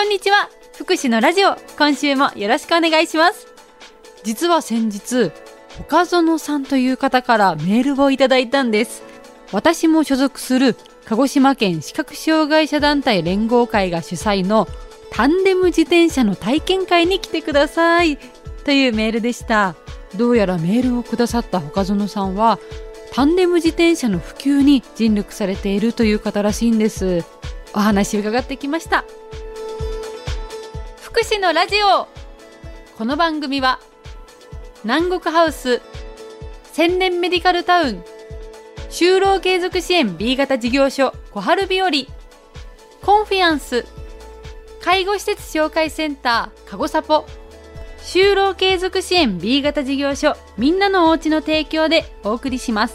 こんにちは。福祉のラジオ、今週もよろしくお願いします。実は先日、岡園さんという方からメールをいただいたんです。私も所属する鹿児島県視覚障害者団体連合会が主催のタンデム自転車の体験会に来てくださいというメールでした。どうやらメールをくださった岡園さんはタンデム自転車の普及に尽力されているという方らしいんです。お話伺ってきました。福祉のラジオ。この番組は南国ハウス、千年メディカルタウン、就労継続支援 B 型事業所小春日和、コンフィアンス、介護施設紹介センターかごさぽ、就労継続支援 B 型事業所みんなのおうちの提供でお送りします。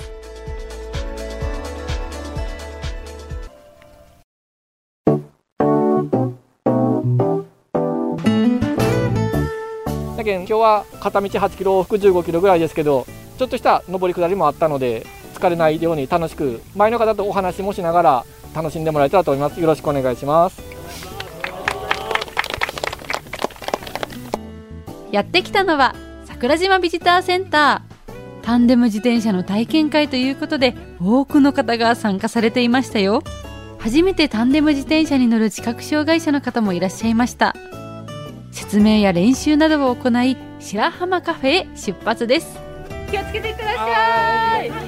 だけど今日は片道8キロ往復15キロぐらいですけど、ちょっとした上り下りもあったので疲れないように楽しく前の方とお話もしながら楽しんでもらえたらと思います。よろしくお願いします。 やってきたのは桜島ビジターセンター。タンデム自転車の体験会ということで多くの方が参加されていましたよ。初めてタンデム自転車に乗る視覚障害者の方もいらっしゃいました。説明や練習などを行い白浜カフェへ出発です。気をつけてください。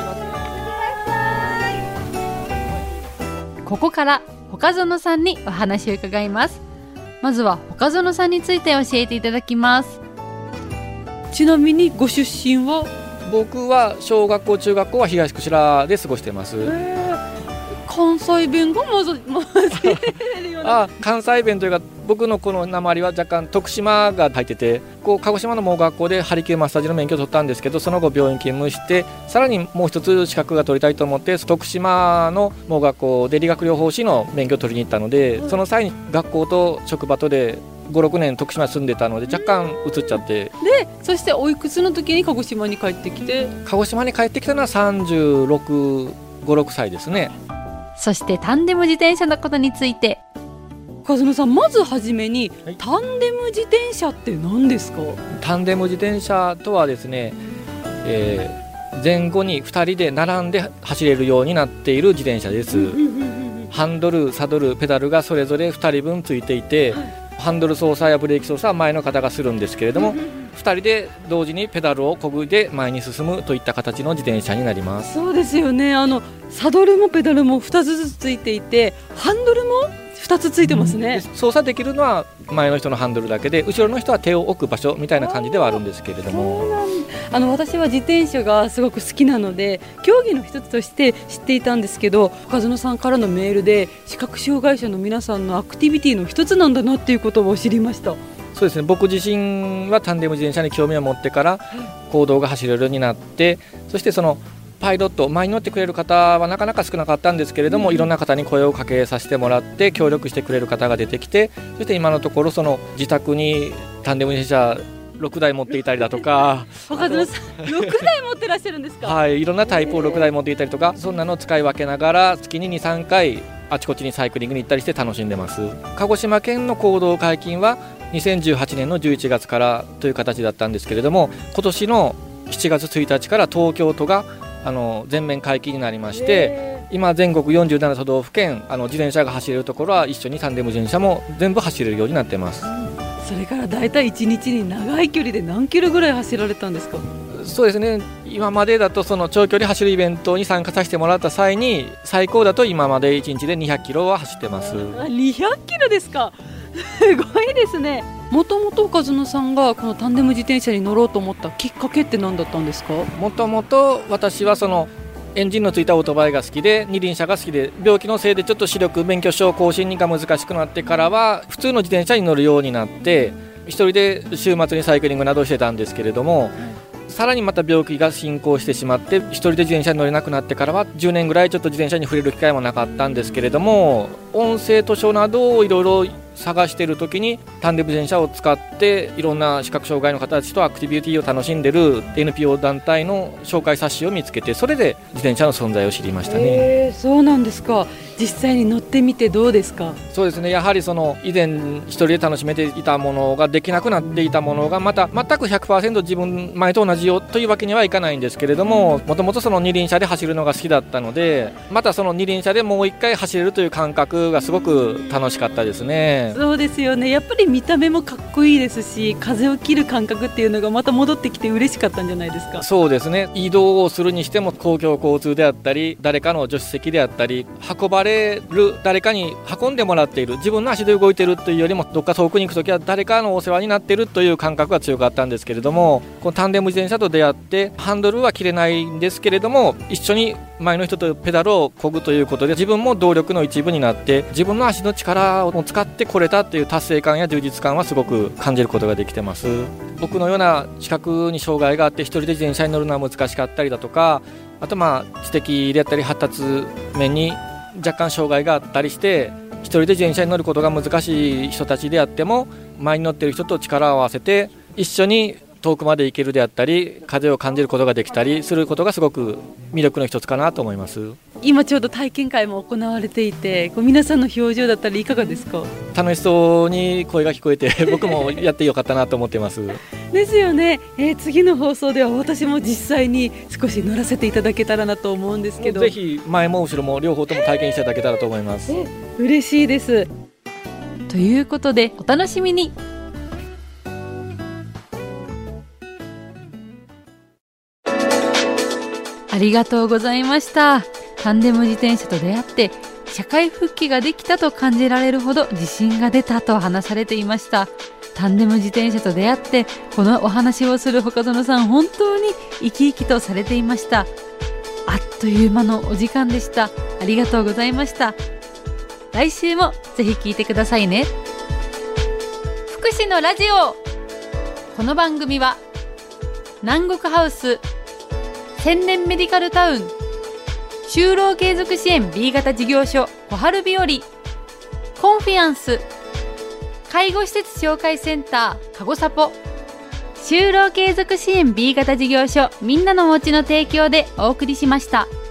ここから岡園さんにお話を伺います。まずは岡園さんについて教えていただきます。ちなみにご出身は？ 僕は小学校中学校は東串良で過ごしています。 関西弁が混ぜるような関西弁というか僕のこの訛りは若干徳島が入ってて、鹿児島の盲学校でハリキューマッサージの免許を取ったんですけど、その後病院勤務してさらにもう一つ資格が取りたいと思って徳島の盲学校で理学療法士の免許を取りに行ったので、その際に学校と職場とで5、6年徳島に住んでたので若干移っちゃって、 でそしておいくつの時に鹿児島に帰ってきて？ 鹿児島に帰ってきたのは36、5、6歳ですね。 そしてタンデム自転車のことについて岡園さん、まずはじめに、タンデム自転車って何ですか？ タンデム自転車とはですね、前後に2人で並んで走れるようになっている自転車です。ハンドル、サドル、ペダルがそれぞれ2人分ついていて、ハンドル操作やブレーキ操作は前の方がするんですけれども、2人で同時にペダルをこぐで前に進むといった形の自転車になります。 そうですよね。サドルもペダルも2つずつついていて、ハンドルも2つついてますね。 操作できるのは前の人のハンドルだけで、後ろの人は手を置く場所みたいな感じではあるんですけれども、 私は自転車がすごく好きなので競技の一つとして知っていたんですけど、岡園さんからのメールで視覚障害者の皆さんのアクティビティの一つなんだなっていうことを知りました。 そうですね、僕自身はタンデム自転車に興味を持ってから公道が走れるようになって、そしてそのパイロット、前に乗ってくれる方はなかなか少なかったんですけれども、いろんな方に声をかけさせてもらって協力してくれる方が出てきて、そして今のところその自宅にタンデム自転車6台持っていたりだとか岡園さん6台持ってらっしゃるんですか？ はい、いろんなタイプを6台持っていたりとか、そんなのを使い分けながら月に 2、3 回あちこちにサイクリングに行ったりして楽しんでます。鹿児島県の公道解禁は2018年の11月からという形だったんですけれども、今年の7月1日から東京都が全面解禁になりまして、今全国47都道府県自転車が走れるところは一緒にタンデム自転車も全部走れるようになってます。 それからだいたい1日に長い距離で何キロぐらい走られたんですか？ そうですね、今までだとその長距離走るイベントに参加させてもらった際に最高だと今まで1日で200キロは走ってます。 200キロですか？すごいですね。もともと岡園さんがこのタンデム自転車に乗ろうと思ったきっかけって何だったんですか？ もともと私はそのエンジンのついたオートバイが好きで、二輪車が好きで、病気のせいでちょっと視力免許証更新が難しくなってからは普通の自転車に乗るようになって、一人で週末にサイクリングなどをしてたんですけれども、さらにまた病気が進行してしまって一人で自転車に乗れなくなってからは10年ぐらいちょっと自転車に触れる機会もなかったんですけれども、音声図書などをいろいろ探している時にタンデム自転車を使っていろんな視覚障害の方たちとアクティビティを楽しんでいる NPO 団体の紹介冊子を見つけて、それで自転車の存在を知りましたね。 そうなんですか。実際に乗ってみてどうですか？ そうですね、やはり以前一人で楽しめていたものができなくなっていたものがまた全く 100% 自分前と同じよというわけにはいかないんですけれども、もともと二輪車で走るのが好きだったので、また二輪車でもう一回走れるという感覚がすごく楽しかったですね。 そうですよね。やっぱり見た目もかっこいいですし、風を切る感覚っていうのがまた戻ってきて嬉しかったんじゃないですか？ そうですね、移動をするにしても公共交通であったり、誰かの助手席であったり、運ばれる誰かに運んでもらっている、自分の足で動いているというよりもどっか遠くに行くときは誰かのお世話になっているという感覚が強かったんですけれども、このタンデム自転車と出会ってハンドルは切れないんですけれども、一緒に前の人とペダルを漕ぐということで自分も動力の一部になって自分の足の力を使ってこれたという達成感や充実感はすごく感じることができてます。僕のような視覚に障害があって一人で自転車に乗るのは難しかったりだとか、あと知的であったり発達面に若干障害があったりして一人で自転車に乗ることが難しい人たちであっても、前に乗っている人と力を合わせて一緒に遠くまで行けるであったり、風を感じることができたりすることがすごく魅力の一つかなと思います。 今ちょうど体験会も行われていて、皆さんの表情だったりいかがですか？ 楽しそうに声が聞こえて僕もやってよかったなと思ってますですよね。次の放送では私も実際に少し乗らせていただけたらなと思うんですけど、 ぜひ前も後ろも両方とも体験していただけたらと思います。 嬉しいです。ということでお楽しみに。ありがとうございました。タンデム自転車と出会って社会復帰ができたと感じられるほど自信が出たと話されていました。タンデム自転車と出会ってこのお話をする岡園さん、本当に生き生きとされていました。あっという間のお時間でした。ありがとうございました。来週もぜひ聞いてくださいね。福祉のラジオ。この番組は南国ハウス、千年メディカルタウン、就労継続支援 B 型事業所小春日和、コンフィアンス、介護施設紹介センターかごさぽ、就労継続支援 B 型事業所みんなのおうちの提供でお送りしました。